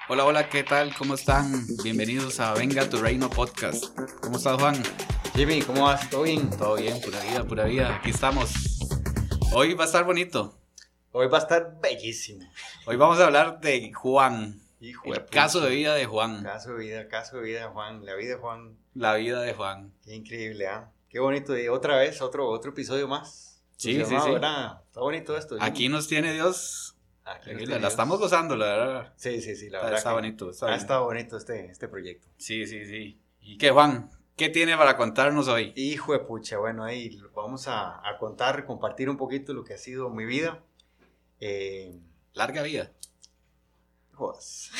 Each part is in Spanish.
Hola, hola, ¿qué tal? ¿Cómo están? Bienvenidos a Venga tu Reino Podcast. ¿Cómo estás, Juan? Jimmy, ¿cómo vas? ¿Todo bien? Todo bien, pura vida, pura vida. Aquí estamos. Hoy va a estar bonito. Hoy va a estar bellísimo. Hoy vamos a hablar de Juan. Hijo de El pucha. caso de vida de Juan. Caso de vida, Juan. La vida de Juan. La vida de Juan. Qué increíble, ¿ah? Qué bonito. Y otra vez, otro episodio más. Sí, sí. ¿Verdad? Está bonito esto. Jimmy. Aquí nos tiene Dios. Aquí Aquí nos la tiene estamos Dios. gozando, la verdad. Sí, la verdad. Está bonito. Ha estado bonito este proyecto. Sí. ¿Y qué, Juan? ¿Qué tiene para contarnos hoy? Hijo de pucha, bueno, ahí vamos a contar, compartir un poquito lo que ha sido mi vida. Larga vida. Jodas.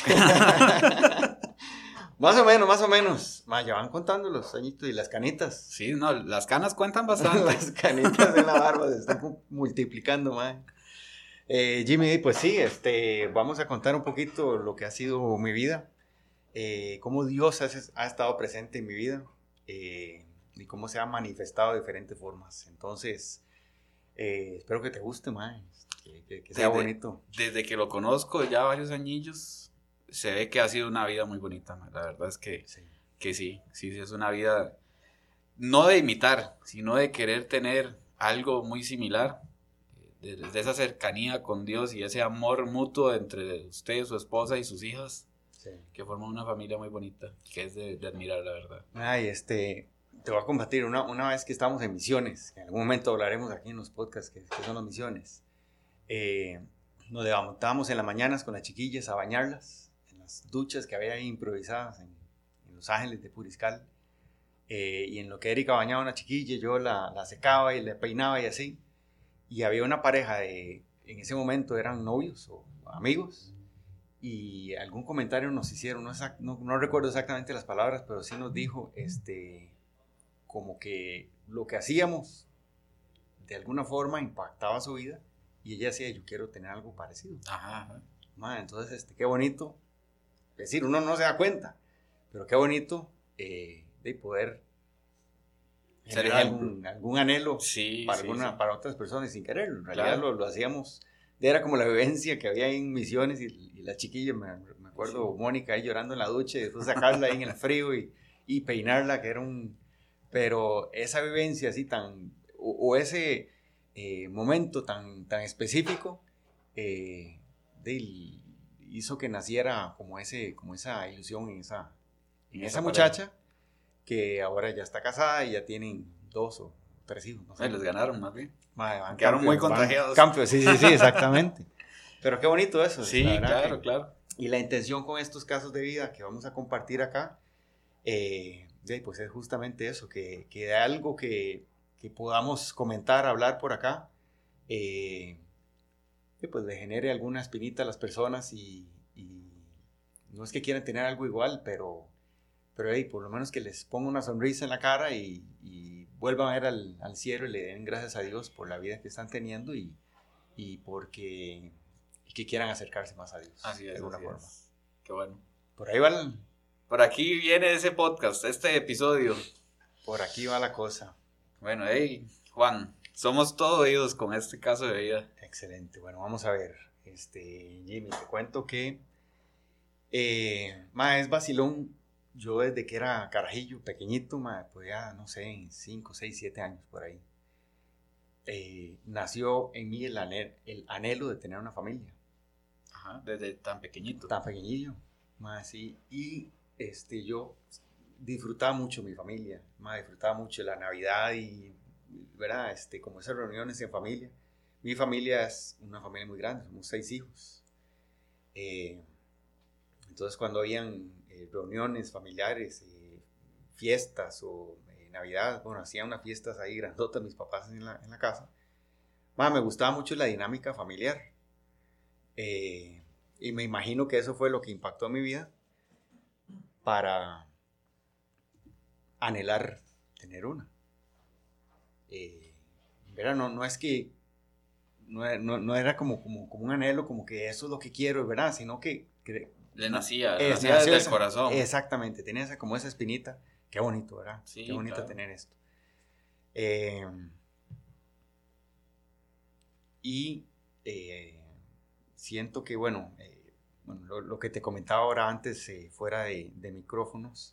Más o menos. Ya van contando los añitos y las canitas. Sí, no, las canas cuentan bastante. Las canitas en la barba se están multiplicando, man. Jimmy, pues sí, vamos a contar un poquito lo que ha sido mi vida, cómo Dios ha estado presente en mi vida y cómo se ha manifestado de diferentes formas. Entonces, espero que te guste, man, que sea bonito. Desde que lo conozco ya varios añillos, se ve que ha sido una vida muy bonita, man. La verdad es que sí, es una vida no de imitar, sino de querer tener algo muy similar. De esa cercanía con Dios y ese amor mutuo entre usted, su esposa y sus hijas, que forman una familia muy bonita, que es de admirar, la verdad. Ay, te voy a compartir una vez que estábamos en misiones, en algún momento hablaremos aquí en los podcasts que son las misiones, nos levantábamos en las mañanas con las chiquillas a bañarlas, en las duchas que había ahí improvisadas en Los Ángeles de Puriscal, y en lo que Erika bañaba a una chiquilla, yo la secaba y le peinaba y así. Y había una pareja en ese momento eran novios o amigos, y algún comentario nos hicieron, no recuerdo exactamente las palabras, pero sí nos dijo, como que lo que hacíamos de alguna forma impactaba su vida, y ella decía, yo quiero tener algo parecido. Ajá. Entonces, qué bonito, es decir, uno no se da cuenta, pero qué bonito de poder generar algún anhelo para otras personas sin querer. En realidad lo hacíamos, era como la vivencia que había en Misiones y la chiquilla, me acuerdo, Mónica ahí llorando en la ducha y después sacarla ahí en el frío y peinarla, que era pero esa vivencia así o ese momento tan específico hizo que naciera como esa ilusión en esa muchacha, que ahora ya está casada y ya tienen 2 o 3 hijos. No sé. Les ganaron más bien. Quedaron muy contagiados. Sí, exactamente. Pero qué bonito eso. Sí, claro. Y la intención con estos casos de vida que vamos a compartir acá, pues es justamente eso, que de algo que podamos comentar, hablar por acá, pues le genere alguna espinita a las personas y no es que quieran tener algo igual, pero por lo menos que les ponga una sonrisa en la cara y vuelvan a ver al cielo y le den gracias a Dios por la vida que están teniendo y que quieran acercarse más a Dios. Así es, de alguna forma. Qué bueno. Por ahí va Por aquí viene ese podcast, este episodio. Por aquí va la cosa. Bueno, Juan, somos todo oídos con este caso de vida. Excelente. Bueno, vamos a ver. Jimmy, te cuento que es vacilón. Yo desde que era carajillo, pequeñito, pues ya, no sé, en 5, 6, 7 años por ahí, nació en mí el anhelo de tener una familia. Ajá, desde tan pequeñito. Tan pequeñillo, sí. Y yo disfrutaba mucho mi familia, disfrutaba mucho la Navidad y, ¿verdad? Como esas reuniones en familia. Mi familia es una familia muy grande, somos 6 hijos. Entonces cuando habían reuniones familiares, fiestas o Navidad, hacían unas fiestas ahí grandotas mis papás en la casa, me gustaba mucho la dinámica familiar, y me imagino que eso fue lo que impactó mi vida para anhelar tener una. ¿Verdad? No es que no era como un anhelo, como que eso es lo que quiero, ¿verdad? Sino que le nacía desde el corazón. Exactamente, tenía como esa espinita. Qué bonito, ¿verdad? Sí, qué bonito, claro, tener esto. Y siento que, bueno, lo que te comentaba ahora antes, fuera de micrófonos,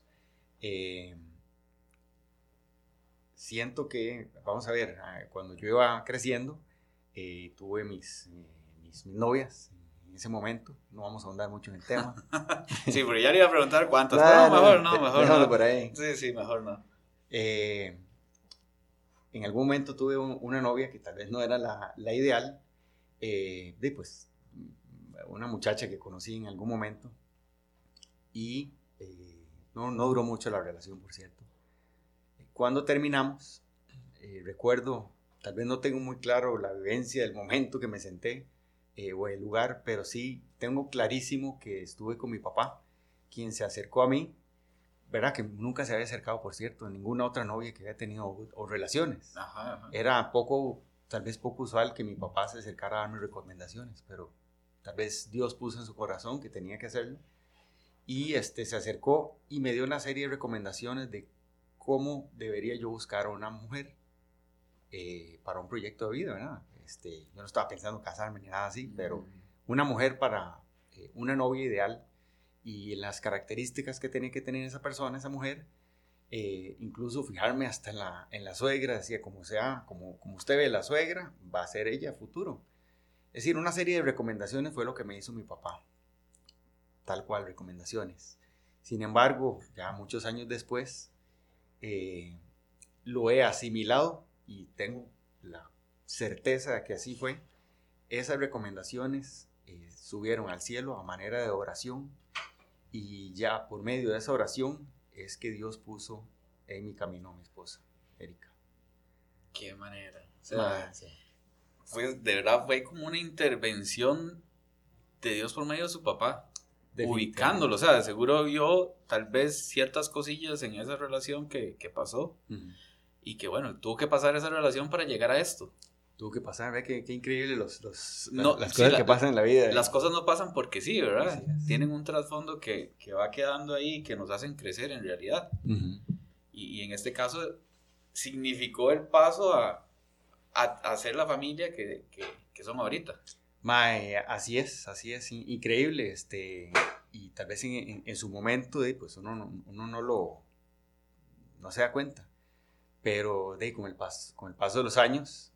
siento que, vamos a ver, cuando yo iba creciendo, tuve mis novias en ese momento. No vamos a ahondar mucho en el tema. Sí, pero ya le iba a preguntar cuántas, pero mejor no. Por ahí. Sí, mejor no. En algún momento tuve una novia que tal vez no era la ideal, pues una muchacha que conocí en algún momento y no duró mucho la relación, por cierto. Cuando terminamos, recuerdo, tal vez no tengo muy claro la vivencia del momento que me senté o el lugar, pero sí tengo clarísimo que estuve con mi papá, quien se acercó a mí, ¿verdad? Que nunca se había acercado, por cierto, a ninguna otra novia que había tenido o relaciones. Ajá. Era tal vez poco usual que mi papá se acercara a darme recomendaciones, pero tal vez Dios puso en su corazón que tenía que hacerlo. Y se acercó y me dio una serie de recomendaciones de cómo debería yo buscar a una mujer para un proyecto de vida, ¿verdad? Yo no estaba pensando casarme ni nada así, pero una mujer para una novia ideal y las características que tenía que tener esa persona, esa mujer, incluso fijarme hasta en la suegra, decía, como usted ve la suegra, va a ser ella futuro. Es decir, una serie de recomendaciones fue lo que me hizo mi papá, tal cual, recomendaciones. Sin embargo, ya muchos años después, lo he asimilado y tengo la certeza de que así fue. Esas recomendaciones subieron al cielo a manera de oración y ya por medio de esa oración es que Dios puso en mi camino a mi esposa, Erika. Qué manera. O sea, sí. De verdad fue como una intervención de Dios por medio de su papá, ubicándolo. O sea, seguro vio tal vez ciertas cosillas en esa relación que pasó. Uh-huh. Y que bueno, tuvo que pasar esa relación para llegar a esto. Tuvo que pasar, ¿ve? Qué increíble las cosas que pasan en la vida. Las cosas no pasan porque sí, ¿verdad? Sí, tienen un trasfondo que va quedando ahí y que nos hacen crecer en realidad. Uh-huh. Y en este caso significó el paso a ser la familia que somos ahorita. Así es, increíble. Y tal vez en su momento, pues uno no se da cuenta. Pero con el paso de los años,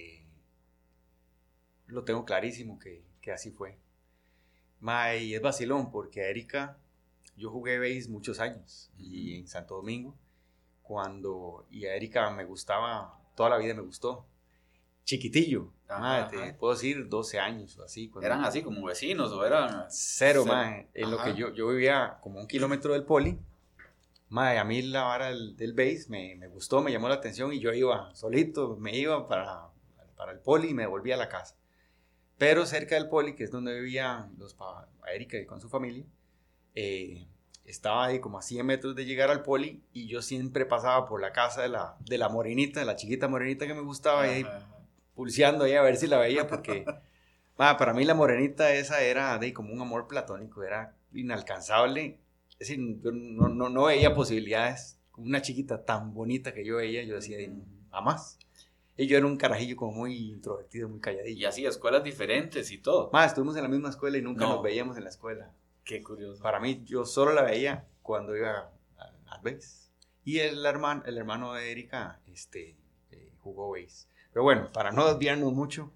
lo tengo clarísimo que así fue. Y es vacilón porque a Erika, yo jugué béis muchos años, uh-huh. Y en Santo Domingo, y a Erika me gustaba, toda la vida me gustó, chiquitillo, te puedo decir 12 años o así. ¿Eran así como vecinos o eran? Cero. En lo que yo vivía como 1 kilómetro del poli. A mí la vara del béis me gustó, me llamó la atención y yo iba solito, me iba para el poli y me volvía a la casa. Pero cerca del poli, que es donde vivían Erika y con su familia, estaba ahí como a 100 metros de llegar al poli y yo siempre pasaba por la casa de la morenita, de la chiquita morenita que me gustaba, y ahí pulseando ahí a ver si la veía, porque para mí la morenita esa era como un amor platónico, era inalcanzable. Es decir, yo no veía posibilidades con una chiquita tan bonita que yo veía, yo decía, jamás. Y yo era un carajillo como muy introvertido, muy calladillo. Y así, escuelas diferentes y todo. Estuvimos en la misma escuela y nunca nos veíamos en la escuela. Qué curioso. Para mí, yo solo la veía cuando iba al béis. Y el hermano de Erika jugó béis. Pero bueno, para no desviarnos mucho,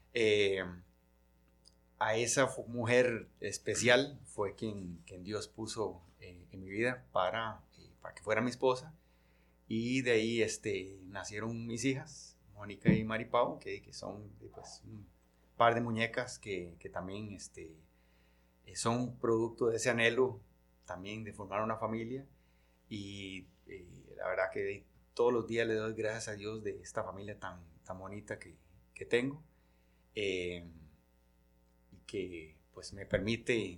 a esa mujer especial fue quien Dios puso en mi vida para que fuera mi esposa. Y de ahí nacieron mis hijas, Mónica y Maripau, que son pues, un par de muñecas que también son producto de ese anhelo también de formar una familia. Y la verdad que todos los días le doy gracias a Dios de esta familia tan bonita que tengo. Y que pues me permite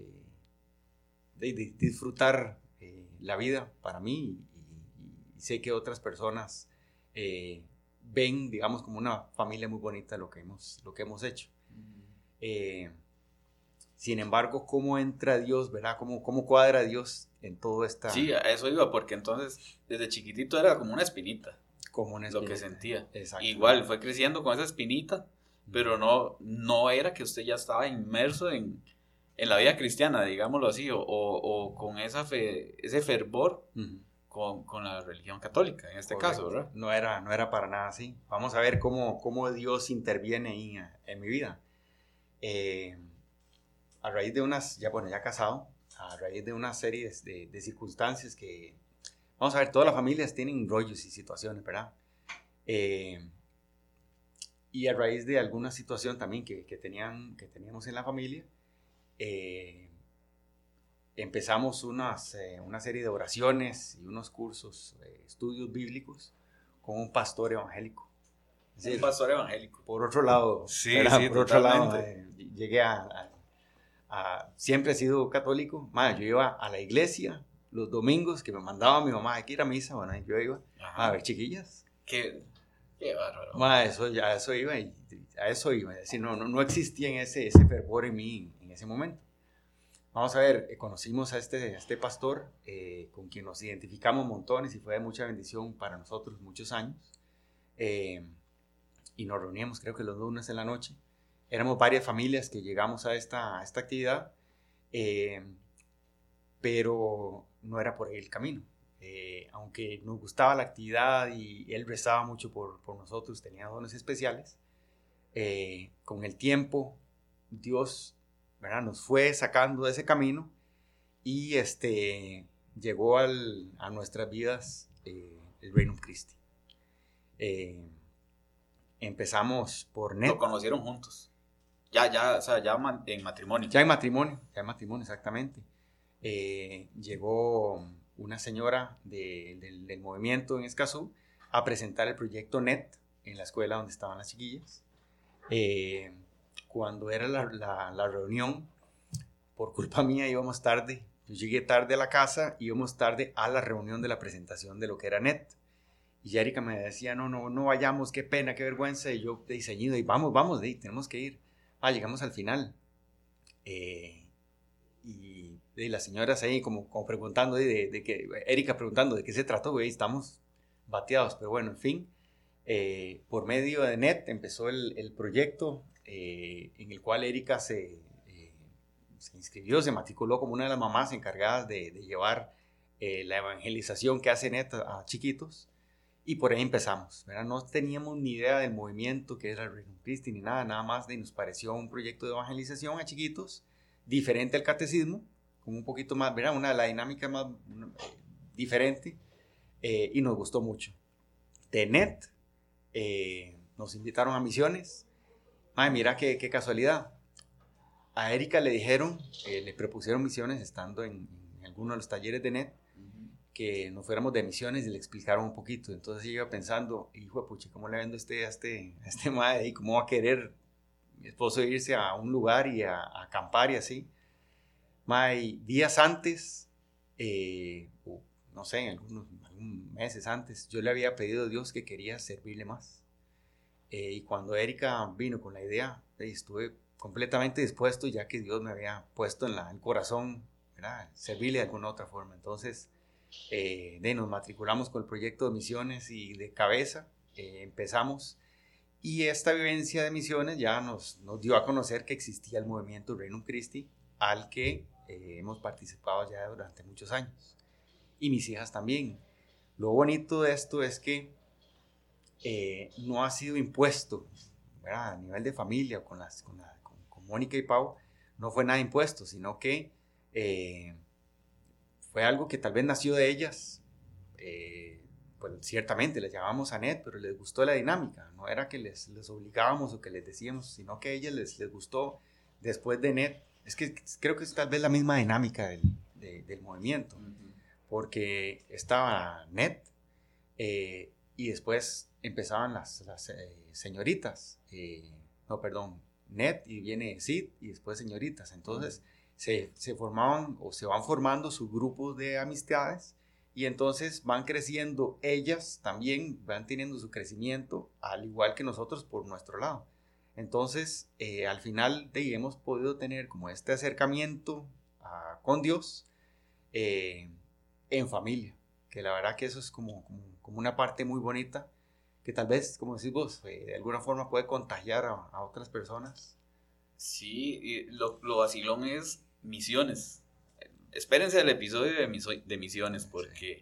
de disfrutar la vida para mí y sé que otras personas ven, digamos, como una familia muy bonita lo que hemos hecho. Sin embargo, ¿cómo entra Dios, verdad? ¿Cómo cuadra Dios en todo esta...? Sí, a eso iba, porque entonces desde chiquitito era como una espinita. Lo que sentía. Igual fue creciendo con esa espinita, pero no era que usted ya estaba inmerso en en la vida cristiana, digámoslo así, o con ese fervor con la religión católica, en este caso, ¿verdad? No era para nada así. Vamos a ver cómo Dios interviene ahí en mi vida. A raíz de ya casado, a raíz de una serie de circunstancias que, vamos a ver, todas las familias tienen rollos y situaciones, ¿verdad? Y a raíz de alguna situación también que teníamos en la familia, empezamos una serie de oraciones y unos cursos, estudios bíblicos con un pastor evangélico. Un pastor evangélico. Por otro lado, sí, por otro lado, llegué siempre he sido católico. Yo iba a la iglesia los domingos, que me mandaba mi mamá, hay que ir a misa, bueno, yo iba a ver chiquillas. Qué bárbaro. A eso iba, es decir, no existía en ese fervor en mí en ese momento. Vamos a ver, conocimos a este pastor con quien nos identificamos montones y fue de mucha bendición para nosotros muchos años. Y nos reuníamos creo que los lunes en la noche. Éramos varias familias que llegamos a esta actividad, pero no era por ahí el camino. Aunque nos gustaba la actividad y él rezaba mucho por nosotros, tenía dones especiales, con el tiempo Dios, ¿verdad?, nos fue sacando de ese camino y llegó a nuestras vidas el Regnum Christi. Empezamos por NET. Lo conocieron juntos. Ya en matrimonio. Ya en matrimonio, exactamente. Llegó una señora del movimiento en Escazú a presentar el proyecto NET en la escuela donde estaban las chiquillas. Cuando era la reunión, por culpa mía íbamos tarde. Yo llegué tarde a la casa, íbamos tarde a la reunión de la presentación de lo que era NET. Y Erika me decía, no vayamos, qué pena, qué vergüenza. Y yo ceñido, y vamos, tenemos que ir. Llegamos al final. Y las señoras ahí como preguntando, de que Erika preguntando de qué se trató, güey, estamos bateados. Pero bueno, en fin, por medio de NET empezó el proyecto en el cual Erika se inscribió, se matriculó como una de las mamás encargadas de llevar la evangelización que hace NET a chiquitos. Y por ahí empezamos, ¿verdad? No teníamos ni idea del movimiento que era el Regnum Christi ni nada más, nos pareció un proyecto de evangelización a chiquitos, diferente al catecismo, con un poquito más, ¿verdad?, la dinámica más diferente, y nos gustó mucho. De NET, nos invitaron a misiones. Mira qué casualidad. A Erika le dijeron, le propusieron misiones estando en alguno de los talleres de NET, que nos fuéramos de misiones y le explicaron un poquito. Entonces yo iba pensando, hijo de pucha, ¿cómo le vendo a este madre ahí? ¿Cómo va a querer mi esposo irse a un lugar y a acampar y así? Días antes, no sé, algunos meses antes, yo le había pedido a Dios que quería servirle más. Y cuando Erika vino con la idea, estuve completamente dispuesto, ya que Dios me había puesto en el corazón, ¿verdad?, servirle de alguna otra forma. Entonces, nos matriculamos con el proyecto de misiones y de cabeza empezamos, y esta vivencia de misiones ya nos dio a conocer que existía el movimiento Regnum Christi, al que hemos participado ya durante muchos años, y mis hijas también. Lo bonito de esto es que no ha sido impuesto, ¿verdad?, a nivel de familia con Mónica y Pau, no fue nada impuesto, sino que fue algo que tal vez nació de ellas. Pues ciertamente les llamamos a NET, pero les gustó la dinámica. No era que les obligábamos o que les decíamos, sino que a ellas les gustó después de NET. Es que creo que es tal vez la misma dinámica del movimiento, porque estaba NET y después empezaban las señoritas. NET, y viene SID y después señoritas. Entonces se formaban o se van formando sus grupos de amistades, y entonces van creciendo ellas también, van teniendo su crecimiento al igual que nosotros por nuestro lado. Entonces al final hemos podido tener como este acercamiento con Dios en familia, que la verdad que eso es como una parte muy bonita, que tal vez, como decís vos, de alguna forma puede contagiar a otras personas. Sí, y lo vacilón es misiones. Espérense el episodio de misiones, porque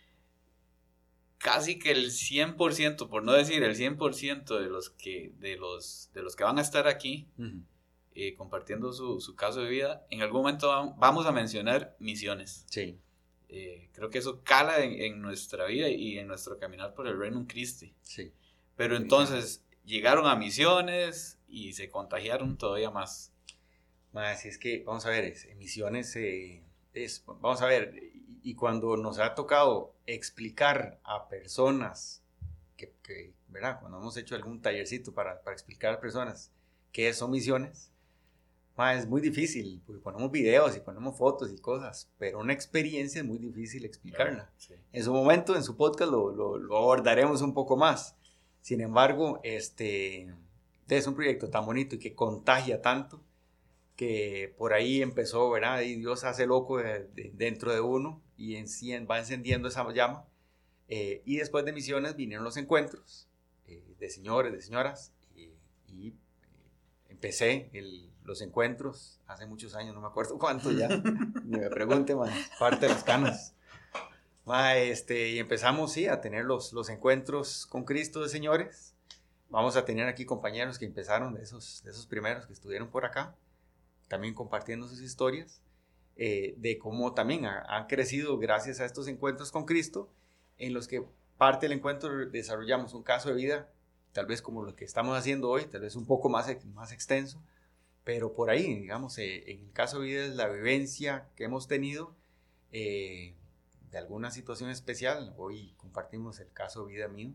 casi que el 100%, por no decir el 100% de los que van a estar aquí, compartiendo su caso de vida, en algún momento vamos a mencionar misiones. Sí. Creo que eso cala en nuestra vida y en nuestro caminar por el Reino Christi. Sí. Pero entonces llegaron a misiones y se contagiaron todavía más. Así es que, vamos a ver, misiones vamos a ver, y cuando nos ha tocado explicar a personas ¿verdad? Cuando hemos hecho algún tallercito para explicar a personas qué son misiones, es muy difícil, porque ponemos videos y ponemos fotos y cosas, pero una experiencia es muy difícil explicarla. Sí. En su momento, en su podcast, lo abordaremos un poco más. Sin embargo, es un proyecto tan bonito y que contagia tanto, que por ahí empezó, ¿verdad? Y Dios hace loco dentro de uno y va encendiendo esa llama. Y después de misiones vinieron los encuentros de señores, de señoras, y empecé los encuentros hace muchos años, no me acuerdo cuánto ya, ni me pregunte, parte de las canas. Y empezamos, sí, a tener los encuentros con Cristo de señores. Vamos a tener aquí compañeros que empezaron de esos primeros que estuvieron por acá, también compartiendo sus historias, de cómo también han crecido gracias a estos encuentros con Cristo, en los que parte del encuentro desarrollamos un caso de vida, tal vez como lo que estamos haciendo hoy, tal vez un poco más extenso, pero por ahí, digamos, en el caso de vida es la vivencia que hemos tenido de alguna situación especial. Hoy compartimos el caso de vida mío,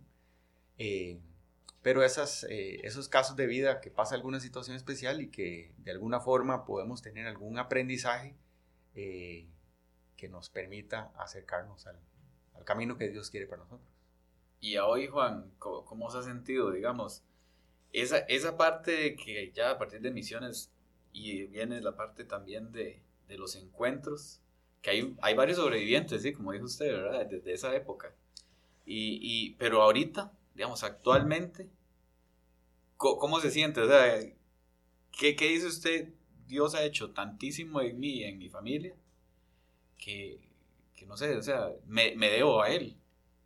pero esos casos de vida que pasa alguna situación especial y que de alguna forma podemos tener algún aprendizaje que nos permita acercarnos al camino que Dios quiere para nosotros. Y a hoy, Juan, ¿cómo se ha sentido, digamos, esa parte de que ya a partir de misiones y viene la parte también de los encuentros, que hay varios sobrevivientes, ¿sí? Como dijo usted, ¿verdad? Desde esa época. Pero ahorita, digamos, actualmente, ¿cómo se siente? O sea, ¿qué dice usted? Dios ha hecho tantísimo en mí y en mi familia que no sé, o sea, me debo a Él.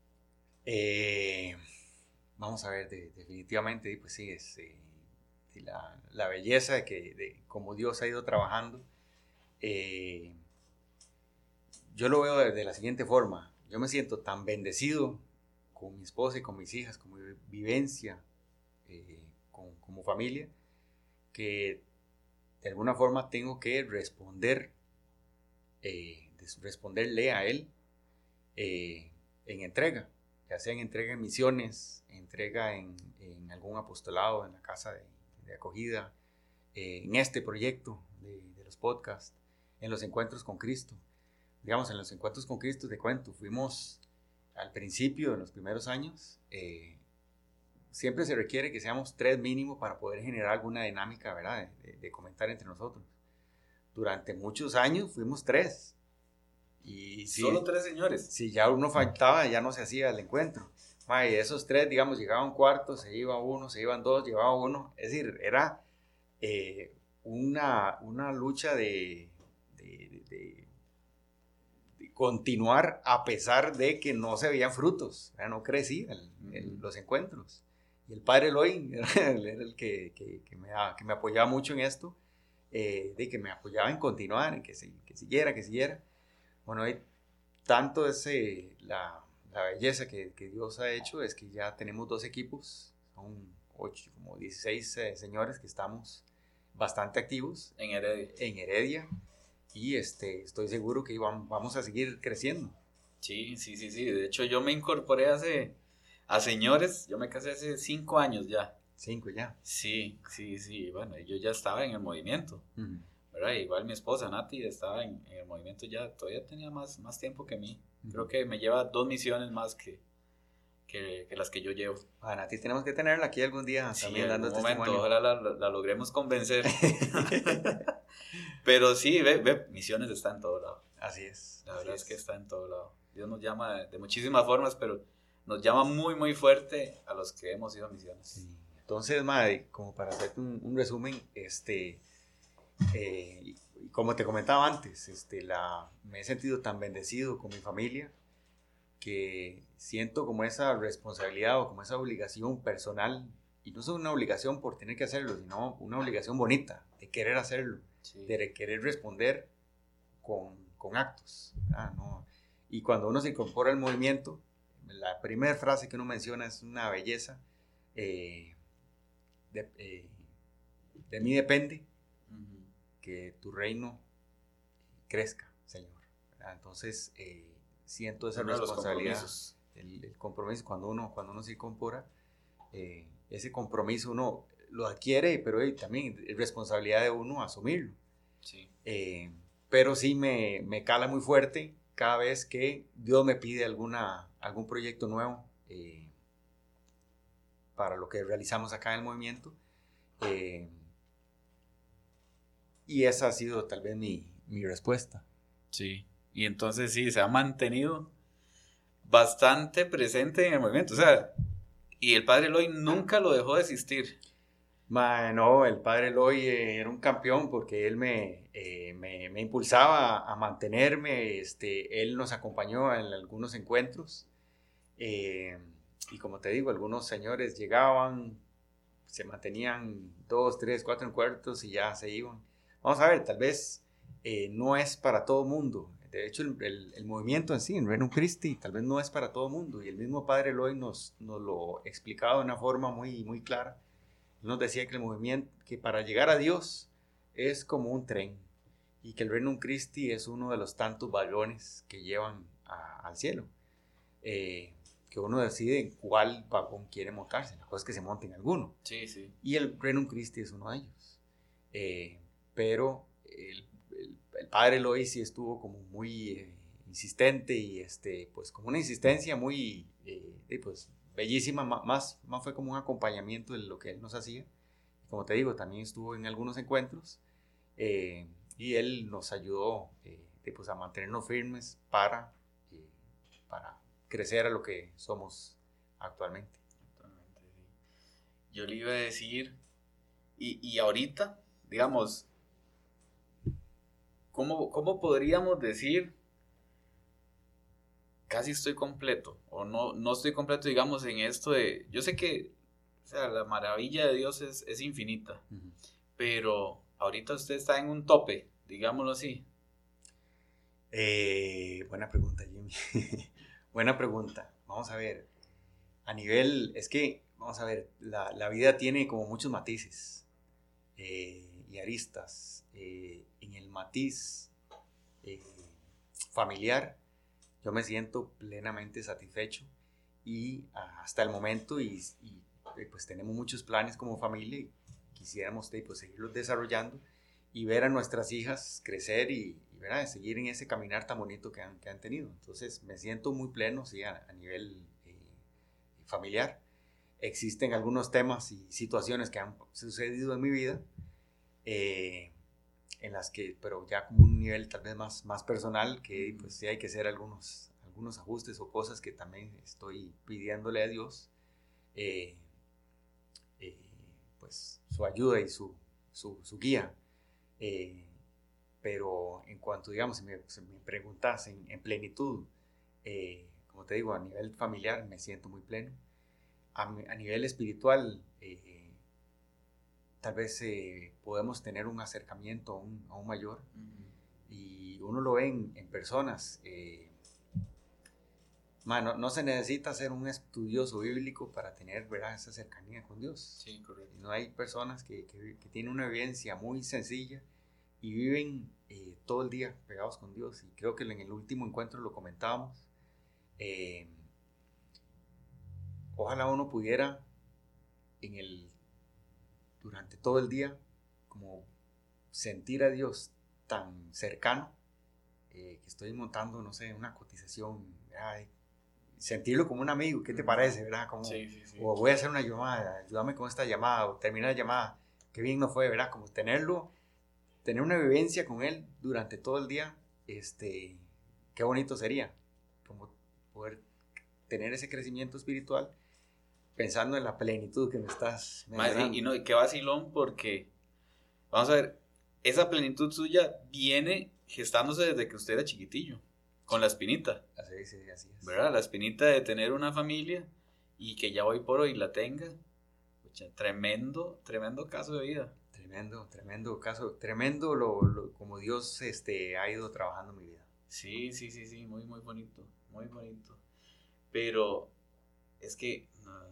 Vamos a ver, definitivamente, pues sí, es la belleza de cómo Dios ha ido trabajando. Yo lo veo de la siguiente forma: yo me siento tan bendecido con mi esposa y con mis hijas, con mi vivencia como familia, que de alguna forma tengo que responderle a Él en entrega, ya sea en entrega en misiones, entrega en algún apostolado, en la casa de acogida, en este proyecto de los podcasts, en los encuentros con Cristo. Digamos, en los encuentros con Cristo, te cuento, fuimos al principio, en los primeros años, siempre se requiere que seamos 3 mínimo para poder generar alguna dinámica, ¿verdad? De comentar entre nosotros. Durante muchos años fuimos 3. Y solo 3 señores. Si ya uno faltaba, ya no se hacía el encuentro. Y de esos 3, digamos, llegaba un cuarto, se iba uno, se iban 2, llevaba uno. Es decir, era una lucha de continuar a pesar de que no se veían frutos, no crecían los encuentros. Y el padre Eloy era el que me apoyaba mucho en esto, de que me apoyaba en continuar, en que siguiera. Bueno, hay tanto la belleza que Dios ha hecho, es que ya tenemos 2 equipos, son 8, como 16 señores que estamos bastante activos en Heredia. Y estoy seguro que vamos a seguir creciendo. Sí. De hecho, yo me incorporé a señores, yo me casé hace 5 años ya. 5 ya. Sí. Bueno, yo ya estaba en el movimiento. Uh-huh. ¿Verdad? Igual mi esposa Nati estaba en el movimiento ya, todavía tenía más tiempo que mí. Uh-huh. Creo que me lleva 2 misiones más que las que yo llevo. Nati tenemos que tenerla aquí algún día también dando testimonio. Ojalá la logremos convencer. Pero sí, ve, misiones está en todo lado. Así es. La verdad es que está en todo lado. Dios nos llama de muchísimas formas, pero nos llama muy, muy fuerte a los que hemos ido a misiones. Sí. Entonces, como para hacerte un resumen, como te comentaba antes, me he sentido tan bendecido con mi familia que siento como esa responsabilidad o como esa obligación personal, y no es una obligación por tener que hacerlo, sino una obligación bonita de querer hacerlo, sí, de querer responder con actos, ¿no? Y cuando uno se incorpora al movimiento, la primera frase que uno menciona es una belleza, de mí depende que tu reino crezca, Señor. Entonces, siento esa responsabilidad, el compromiso, cuando uno se incorpora, ese compromiso uno lo adquiere, pero también es responsabilidad de uno asumirlo. Sí. Pero sí me cala muy fuerte cada vez que Dios me pide algún proyecto nuevo para lo que realizamos acá en el movimiento. Y esa ha sido tal vez mi respuesta. Sí, y entonces sí, se ha mantenido bastante presente en el movimiento, o sea, y el padre Eloy nunca lo dejó de existir. No, el padre Eloy era un campeón porque él me impulsaba a mantenerme, él nos acompañó en algunos encuentros, y como te digo, algunos señores llegaban, se mantenían 2, 3, 4 encuentros y ya se iban. Vamos a ver, tal vez no es para todo mundo. De hecho, el movimiento en sí, en Regnum Christi, tal vez no es para todo mundo. Y el mismo padre Eloy nos lo explicaba de una forma muy, muy clara. Nos decía que el movimiento, que para llegar a Dios es como un tren, y que el Regnum Christi es uno de los tantos vagones que llevan al cielo. Que uno decide en cuál vagón quiere montarse. La cosa es que se monte en alguno. Sí, sí. Y el Regnum Christi es uno de ellos. Pero el padre Eloy sí estuvo como muy insistente, y pues como una insistencia muy pues bellísima, más fue como un acompañamiento de lo que él nos hacía. Como te digo, también estuvo en algunos encuentros, y él nos ayudó pues a mantenernos firmes para crecer a lo que somos actualmente. Yo le iba a decir, y ahorita, digamos, ¿cómo podríamos decir casi estoy completo? O no estoy completo, digamos, en esto de... Yo sé que, o sea, la maravilla de Dios es infinita, pero ahorita usted está en un tope, digámoslo así. Buena pregunta, Jimmy. Buena pregunta. Vamos a ver. Vamos a ver, la vida tiene como muchos matices y aristas. En el matiz familiar, yo me siento plenamente satisfecho, y hasta el momento, y pues tenemos muchos planes como familia, y quisiéramos pues seguirlos desarrollando y ver a nuestras hijas crecer y seguir en ese caminar tan bonito que han tenido. Entonces me siento muy pleno, sí, a nivel familiar. Existen algunos temas y situaciones que han sucedido en mi vida, en las que, pero ya como un nivel tal vez más personal, que pues sí hay que hacer algunos ajustes o cosas que también estoy pidiéndole a Dios, pues su ayuda y su guía. Pero en cuanto, digamos, si me preguntas en plenitud, como te digo, a nivel familiar me siento muy pleno. A nivel espiritual, tal vez podemos tener un acercamiento aún mayor, y uno lo ve en personas. No se necesita ser un estudioso bíblico para tener, ¿verdad?, esa cercanía con Dios. Sí, correcto. No hay personas que tienen una vivencia muy sencilla y viven todo el día pegados con Dios. Y creo que en el último encuentro lo comentábamos. Ojalá uno pudiera durante todo el día como sentir a Dios tan cercano, que estoy montando, no sé, una cotización, ¿verdad?, sentirlo como un amigo. ¿Qué te parece, verdad? Como, sí. O voy a hacer una llamada, ayúdame con esta llamada, o terminar la llamada, qué bien no fue, ¿verdad? Como tener una vivencia con él durante todo el día, qué bonito sería, como poder tener ese crecimiento espiritual pensando en la plenitud que me estás mencionando. Y qué vacilón, porque, vamos a ver, esa plenitud suya viene gestándose desde que usted era chiquitillo, con la espinita. Así es. ¿Verdad? La espinita de tener una familia y que ya hoy por hoy la tenga. Pucha, tremendo caso de vida. Tremendo caso, tremendo como Dios ha ido trabajando mi vida. Sí, muy bonito, muy bonito. Pero es que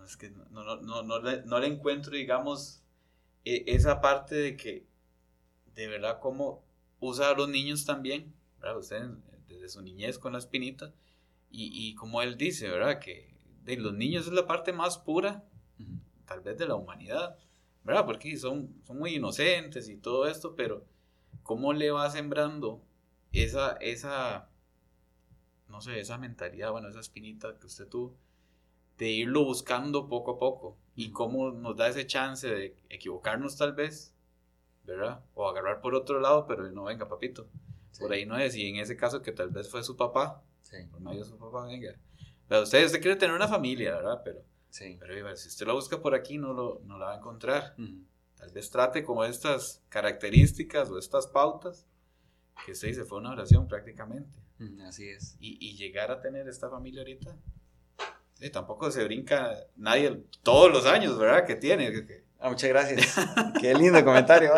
no le encuentro, digamos, esa parte de que, de verdad, cómo usa a los niños también, ¿verdad? Usted desde su niñez con la espinita, y como él dice, ¿verdad? Que de los niños es la parte más pura, tal vez, de la humanidad, ¿verdad? Porque son muy inocentes y todo esto, pero cómo le va sembrando esa no sé, esa mentalidad, bueno, esa espinita que usted tuvo, de irlo buscando poco a poco, y cómo nos da ese chance de equivocarnos tal vez, ¿verdad? O agarrar por otro lado, pero no, venga, papito, por ahí no es, y en ese caso que tal vez fue su papá, por medio de su papá, venga, pero usted quiere tener una familia, ¿verdad? Pero si usted lo busca por aquí, no la va a encontrar. Tal vez trate como estas características o estas pautas que usted dice, fue una oración prácticamente. Así es. Y llegar a tener esta familia ahorita, tampoco se brinca nadie todos los años, ¿verdad? Que tiene. Muchas gracias. Qué lindo comentario.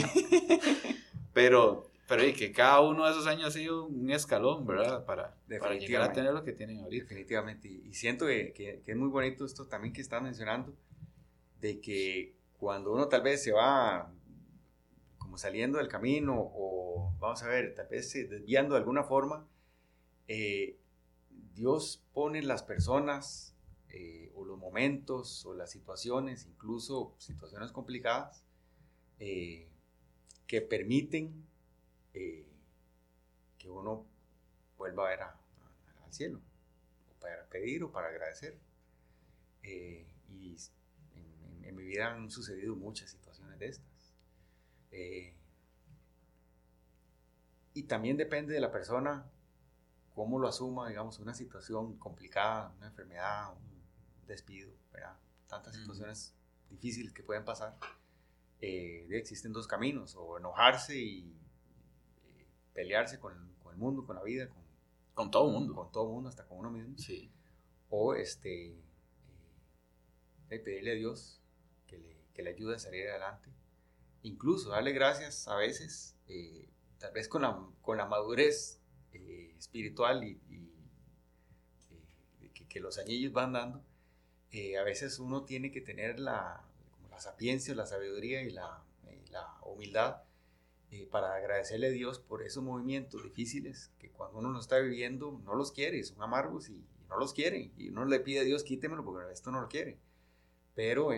Pero y que cada uno de esos años ha sido un escalón, ¿verdad? Para llegar a tener lo que tienen ahorita. Definitivamente. Y siento que es muy bonito esto también que están mencionando, de que cuando uno tal vez se va como saliendo del camino, o vamos a ver, tal vez desviando de alguna forma, Dios pone las personas o los momentos o las situaciones, incluso situaciones complicadas, que permiten que uno vuelva a ver al cielo, o para pedir o para agradecer. Y en mi vida han sucedido muchas situaciones de estas. Y también depende de la persona cómo lo asuma, digamos, una situación complicada, una enfermedad, un despido, ¿verdad? Tantas situaciones difíciles que pueden pasar. Existen dos caminos: o enojarse y pelearse con el mundo, con la vida, con todo el mundo. Con todo el mundo, hasta con uno mismo. Sí. O pedirle a Dios que le ayude a salir adelante. Incluso darle gracias a veces, tal vez con la madurez espiritual y que los añillos van dando. A veces uno tiene que tener la sapiencia, la sabiduría y la humildad para agradecerle a Dios por esos movimientos difíciles que cuando uno los está viviendo no los quiere, son amargos y no los quiere, y uno le pide a Dios, quítemelo porque esto no lo quiere. Pero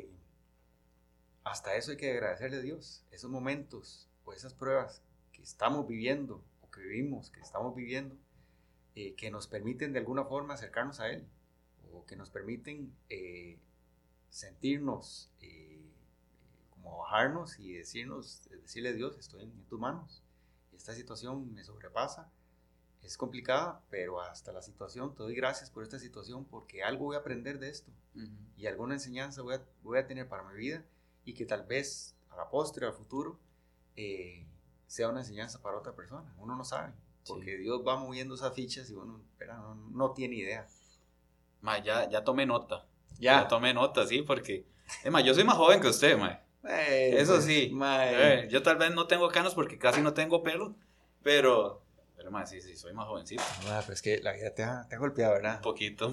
hasta eso hay que agradecerle a Dios, esos momentos o esas pruebas que estamos viviendo, o que vivimos, que estamos viviendo, que nos permiten de alguna forma acercarnos a Él, o que nos permiten sentirnos, como bajarnos y decirle a Dios, estoy en tus manos, esta situación me sobrepasa, es complicada, pero hasta la situación, te doy gracias por esta situación, porque algo voy a aprender de esto, y alguna enseñanza voy a tener para mi vida, y que tal vez a la postre, al futuro, sea una enseñanza para otra persona. Uno no sabe, porque Dios va moviendo esas fichas y uno no tiene idea. Ya tomé nota. Ya tomé nota, sí, porque yo soy más joven que usted, eso pues, sí. Yo tal vez no tengo canas porque casi no tengo pelo, pero sí, soy más jovencito. Pero es que la vida te ha golpeado, ¿verdad? Un poquito.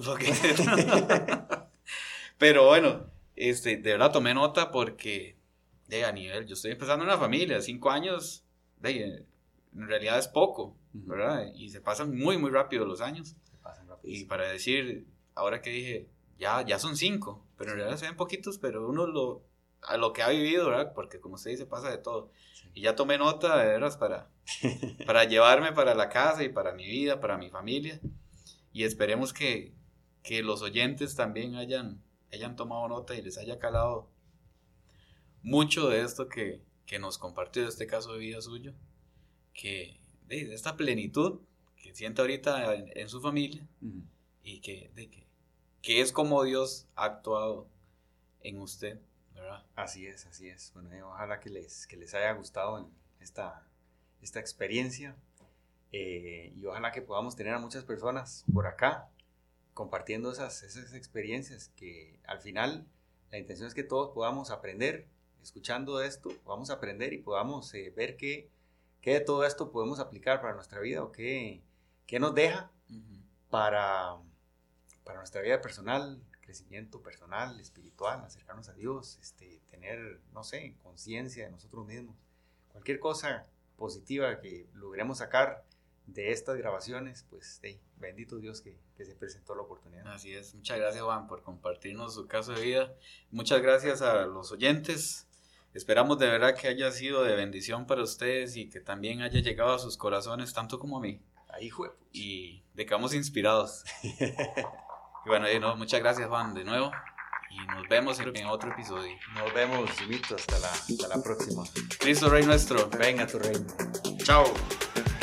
Pero bueno, de verdad tomé nota porque yo estoy empezando una familia, 5 años, en realidad es poco, ¿verdad? Y se pasan muy, muy rápido los años. Se pasan rápido. Y para decir, ahora que dije, ya son 5, pero en realidad se ven poquitos, pero uno a lo que ha vivido, ¿verdad? Porque como usted dice, pasa de todo. Sí. Y ya tomé nota de veras para llevarme para la casa y para mi vida, para mi familia. Y esperemos que los oyentes también hayan tomado nota y les haya calado mucho de esto que nos compartió, de este caso de vida suyo, que de esta plenitud que siente ahorita en su familia, y que es como Dios ha actuado en usted, ¿verdad? Así es. Bueno, ojalá que les haya gustado esta experiencia. Y ojalá que podamos tener a muchas personas por acá compartiendo esas experiencias, que al final la intención es que todos podamos aprender, escuchando esto, podamos aprender y podamos ver qué de todo esto podemos aplicar para nuestra vida, o qué nos deja para nuestra vida personal, crecimiento personal, espiritual, acercarnos a Dios, tener, no sé, conciencia de nosotros mismos. Cualquier cosa positiva que logremos sacar de estas grabaciones, pues bendito Dios que se presentó la oportunidad. Así es. Muchas gracias, Juan, por compartirnos su caso de vida. Muchas gracias a los oyentes. Esperamos de verdad que haya sido de bendición para ustedes y que también haya llegado a sus corazones, tanto como a mí. Ahí fue. Y de que vamos inspirados. Y bueno, muchas gracias, Juan, de nuevo. Y nos vemos en otro episodio. Nos vemos, Simito, hasta la próxima. Cristo Rey nuestro. Venga tu reino. Chao.